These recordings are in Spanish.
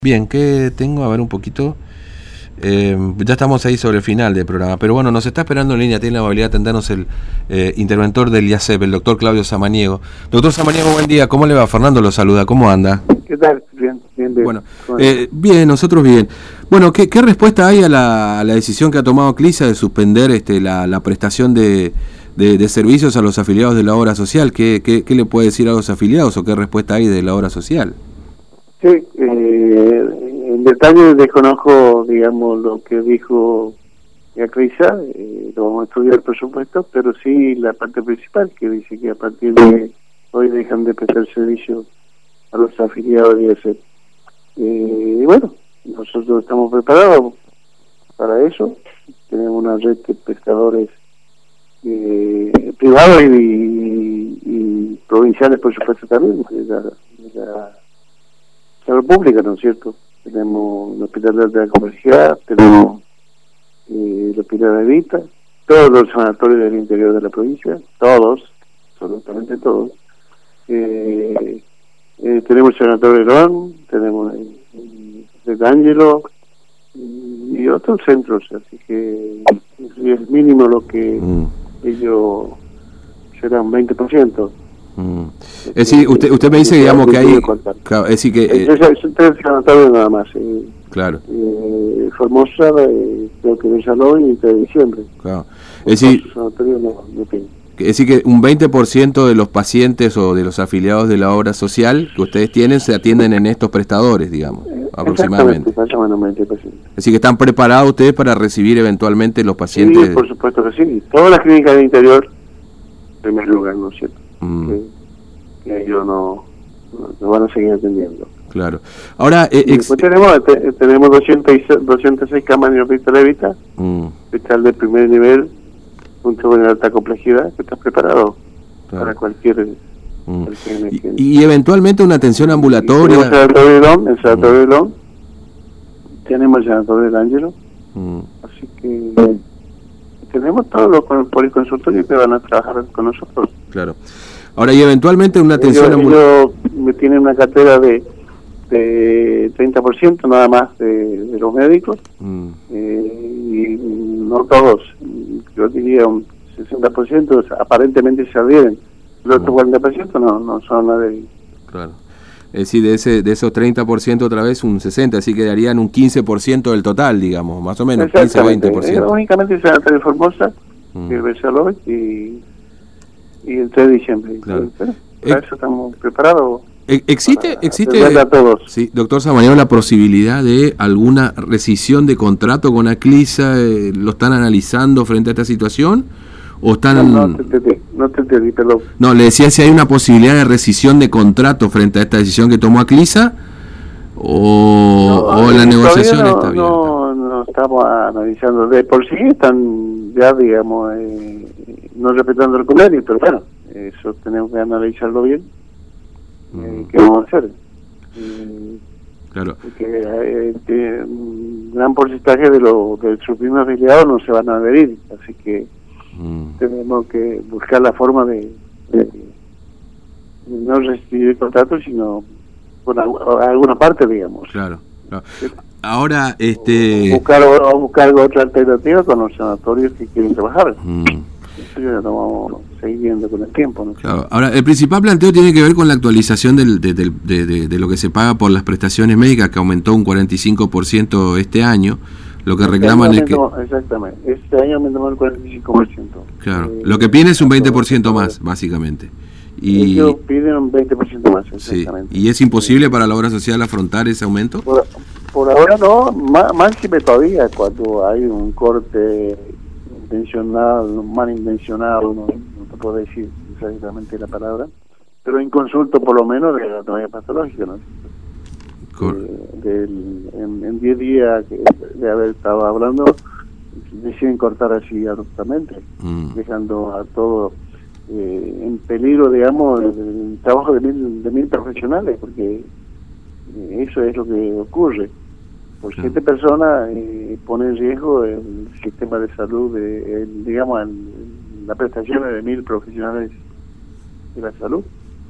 Bien, ¿qué tengo? A ver un poquito. Ya estamos ahí sobre el final del programa, pero bueno, nos está esperando en línea, tiene la amabilidad de atendernos el interventor del IACEP, el doctor Claudio Samaniego. Doctor Samaniego, buen día, ¿cómo le va? Fernando lo saluda, ¿cómo anda? ¿Qué tal? Bien. Bueno, bien, nosotros bien. Bueno, ¿qué respuesta hay a la decisión que ha tomado CLISA de suspender la prestación de servicios a los afiliados de la obra social? ¿Qué le puede decir a los afiliados o qué respuesta hay de la obra social? Sí, en detalle desconozco, digamos, lo que dijo CLISA, lo vamos a estudiar por supuesto, pero sí la parte principal que dice que a partir de hoy dejan de prestar servicio a los afiliados de IACEP. Y bueno, nosotros estamos preparados para eso, tenemos una red de prestadores privados y provinciales por supuesto también, de la salud pública, ¿no es cierto? Tenemos el Hospital de Alta Complejidad, tenemos el Hospital de Vita, todos los sanatorios del interior de la provincia, todos, absolutamente todos. Tenemos el Sanatorio de León, tenemos el Ángelo y otros centros, así que es mínimo lo que ellos será un 20%. Es decir, usted me dice, digamos, que hay... Claro, es decir, que... Yo soy sanatorio nada más. Claro. Formosa, creo que de Salón y de diciembre. Claro. Es decir, es decir, que un 20% de los pacientes o de los afiliados de la obra social que ustedes tienen se atienden en estos prestadores, digamos, aproximadamente. Es decir, que están preparados ustedes para recibir eventualmente los pacientes... Sí, por supuesto que sí. Todas las clínicas del interior, en primer lugar, ¿no es cierto? Que ellos no van a seguir atendiendo. Claro. Ahora, después tenemos 206 camas en el Hospital de Vita, hospital de primer nivel, punto de alta complejidad, que está preparado para cualquier... y eventualmente una atención ambulatoria. Tenemos el Sanatorio de León, tenemos el Sanatorio del Ángelo, así que tenemos todos los policonsultorios que van a trabajar con nosotros. Claro. Ahora, y eventualmente una atención ambulatoria. Ellos tienen una cartera de 30% nada más de los médicos, y no todos, yo diría un 60% aparentemente se adhieren, los otros 40% no son adheridos. Claro. Es decir, de esos 30% otra vez un 60%, así que darían un 15% del total, digamos, más o menos, 15-20%. Únicamente el Sanatorio de Formosa, el Besaló y el 3 de diciembre. Claro. Pero para eso estamos preparados. ¿Existe a todos. Sí, doctor Samaniego, la posibilidad de alguna rescisión de contrato con Aclisa? ¿Lo están analizando frente a esta situación? ¿O están... No te entendí, perdón. No, le decía si hay una posibilidad de rescisión de contrato frente a esta decisión que tomó Aclisa, o la negociación está abierta. No estamos analizando. De por sí están ya, digamos, no respetando el convenio, pero bueno, eso tenemos que analizarlo bien. ¿Qué vamos a hacer? Claro. Porque un gran porcentaje de sus mismos afiliados no se van a adherir, así que tenemos que buscar la forma de no rescindir el sino por alguna parte, digamos. Claro. Ahora, buscar otra alternativa con los sanatorios que quieren trabajar. Eso ya lo vamos a seguir viendo con el tiempo, ¿no? Claro. Ahora, el principal planteo tiene que ver con la actualización de lo que se paga por las prestaciones médicas, que aumentó un 45% este año. Lo que reclaman es que... Exactamente, este año aumentamos el 45%. Claro, lo que piden es un 20% más, básicamente. Y ellos piden un 20% más, exactamente. Sí. ¿Y es imposible para la obra social afrontar ese aumento? Por ahora no, máxime todavía, cuando hay un corte intencionado, mal intencionado, no te puedo decir exactamente la palabra, pero en consulta por lo menos de la anatomía patológica, ¿no? En 10 días de haber estado hablando, deciden cortar así abruptamente, dejando a todo en peligro, digamos, el trabajo de mil profesionales, porque eso es lo que ocurre. Por 7 personas pone en riesgo el sistema de salud, digamos, la prestación de 1000 profesionales de la salud.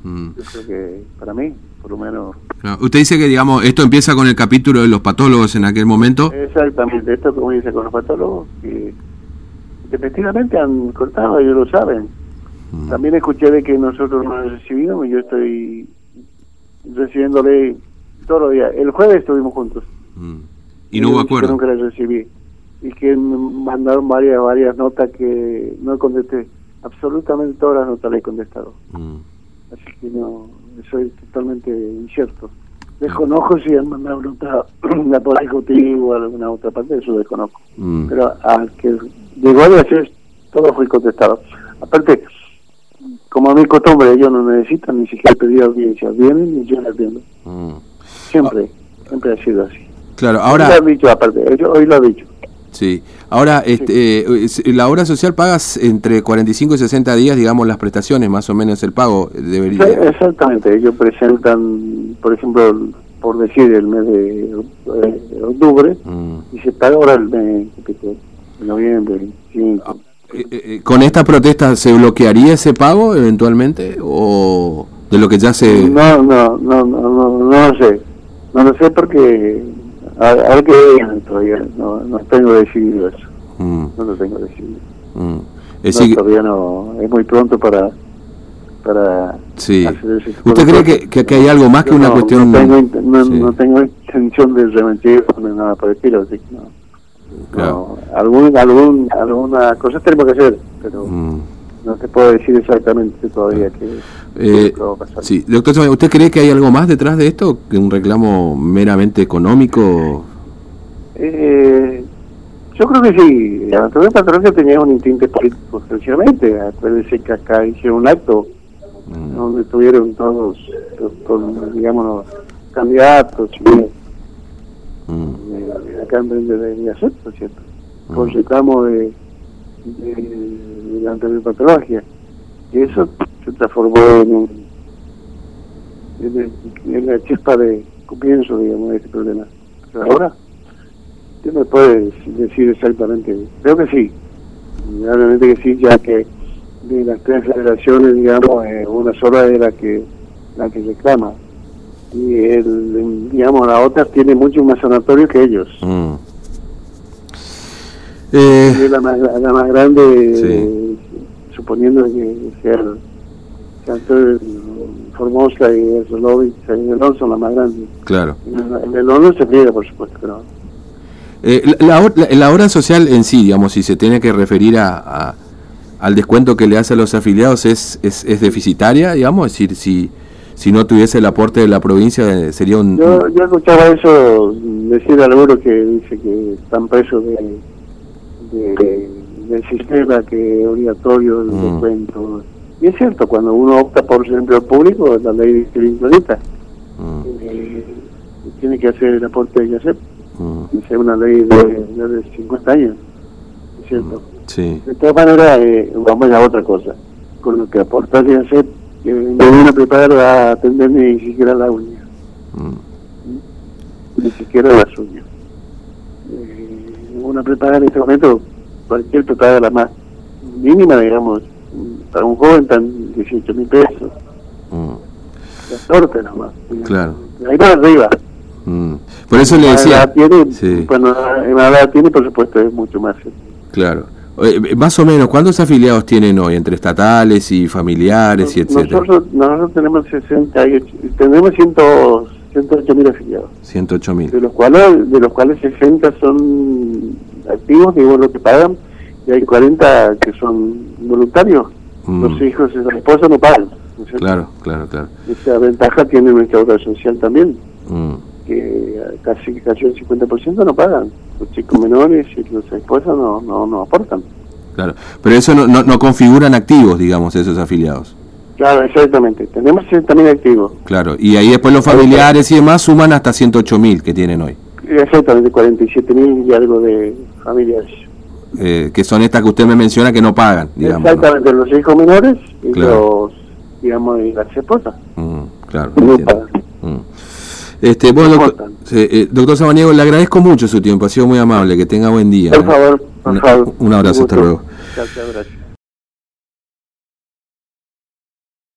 Yo creo que para mí, por lo menos... Claro. Usted dice que, digamos, esto empieza con el capítulo de los patólogos en aquel momento. Exactamente, esto como dice con los patólogos, que efectivamente han cortado, ellos lo saben. También escuché de que nosotros no hemos recibido, y yo estoy recibiéndole todos los días. El jueves estuvimos juntos. Y no hubo acuerdo. Nunca la recibí. Y que me mandaron varias notas que no contesté. Absolutamente todas las notas le he contestado. Así que no, eso es totalmente incierto. Desconozco si han mandado nota la por ejecutivo o alguna otra parte, eso desconozco. Pero al que llegó a decir, todo fue contestado. Aparte, como a mi costumbre, ellos no necesitan ni siquiera pedir audiencia. Vienen y yo la atiendo. Siempre ha sido así. Claro, ahora... Hoy lo han dicho, aparte, hoy lo han dicho. Sí, ahora la obra social paga entre 45 y 60 días, digamos, las prestaciones, más o menos el pago debería... Sí, exactamente, ellos presentan, por ejemplo, por decir el mes de octubre, y se paga ahora el mes de noviembre, 25. ¿Con esta protesta se bloquearía ese pago eventualmente, o de lo que ya se...? No lo sé, no lo sé porque... Ahora que todavía no tengo decidido eso. No lo tengo decidido. Todavía no, es muy pronto para sí. hacer ese... ¿Usted cree que hay algo más que una cuestión? No tengo intención de rementir ni nada por el estilo, así que no. Claro. Alguna cosa tenemos que hacer, pero no te puedo decir exactamente todavía qué va a pasar. Sí, doctor, ¿usted cree que hay algo más detrás de esto que un reclamo meramente económico? Yo creo que sí. La autoridad patronal tenía un instinto político, sencillamente. Acuérdense que acá hicieron un acto donde estuvieron todos digamos, los candidatos acá en vez de acepto, ¿cierto? Con reclamo de la anterior patología. Y eso se transformó en la chispa de comienzo, digamos, de este problema. Pero ahora, ¿qué me puede decir exactamente? Creo que sí, realmente que sí, ya que de las tres federaciones, digamos, una sola es la que reclama. Y digamos, la otra tiene mucho más sanatorio que ellos. Es la más grande, sí. Suponiendo que sea Formosa y el Solovic y el León son las más grandes. Claro. El León no se friega, por supuesto, pero... La obra social en sí, digamos, si se tiene que referir al descuento que le hace a los afiliados, es deficitaria, digamos, es decir, si no tuviese el aporte de la provincia sería un... Yo escuchaba eso decir a algunos que dice que están presos del sistema, que es obligatorio el descuento. Y es cierto, cuando uno opta por el empleo público, la ley discrecionista tiene que hacer el aporte que hacer. Es una ley de 50 años, es cierto. Sí. De todas maneras, vamos a otra cosa. Con lo que aportar y hacer, que una preparar a atender ni siquiera la uña. Ni siquiera las uñas. Una prepaga en este momento, cualquier prepaga la más mínima, digamos, para un joven están 18.000 pesos. La torta nomás. Claro. Ahí para arriba. Por eso le decía... Cuando la edad tiene, por supuesto, es mucho más. Claro. Más o menos, ¿cuántos afiliados tienen hoy, entre estatales y familiares y etcétera? Nosotros tenemos 68, tenemos 108.000 afiliados. 108.000. De los cuales 60 son activos, digamos, lo que pagan, y hay 40 que son voluntarios. Los hijos de la esposa no pagan, ¿no es cierto? Claro. Esa ventaja tiene nuestra obra social también, que casi el 50% no pagan. Los chicos menores y las esposas no aportan. Claro, pero eso no configuran activos, digamos, esos afiliados. Claro, exactamente. Tenemos también activos. Claro, y ahí después los familiares y demás suman hasta 108.000 que tienen hoy. Exactamente, 47.000 y algo de familias. Que son estas que usted me menciona que no pagan, digamos. Exactamente, ¿no? Los hijos menores y los, digamos, y las esposas. Claro. No pagan. Bueno, doctor Samaniego, le agradezco mucho su tiempo, ha sido muy amable, que tenga buen día. Por favor. Un abrazo, hasta luego. Gracias.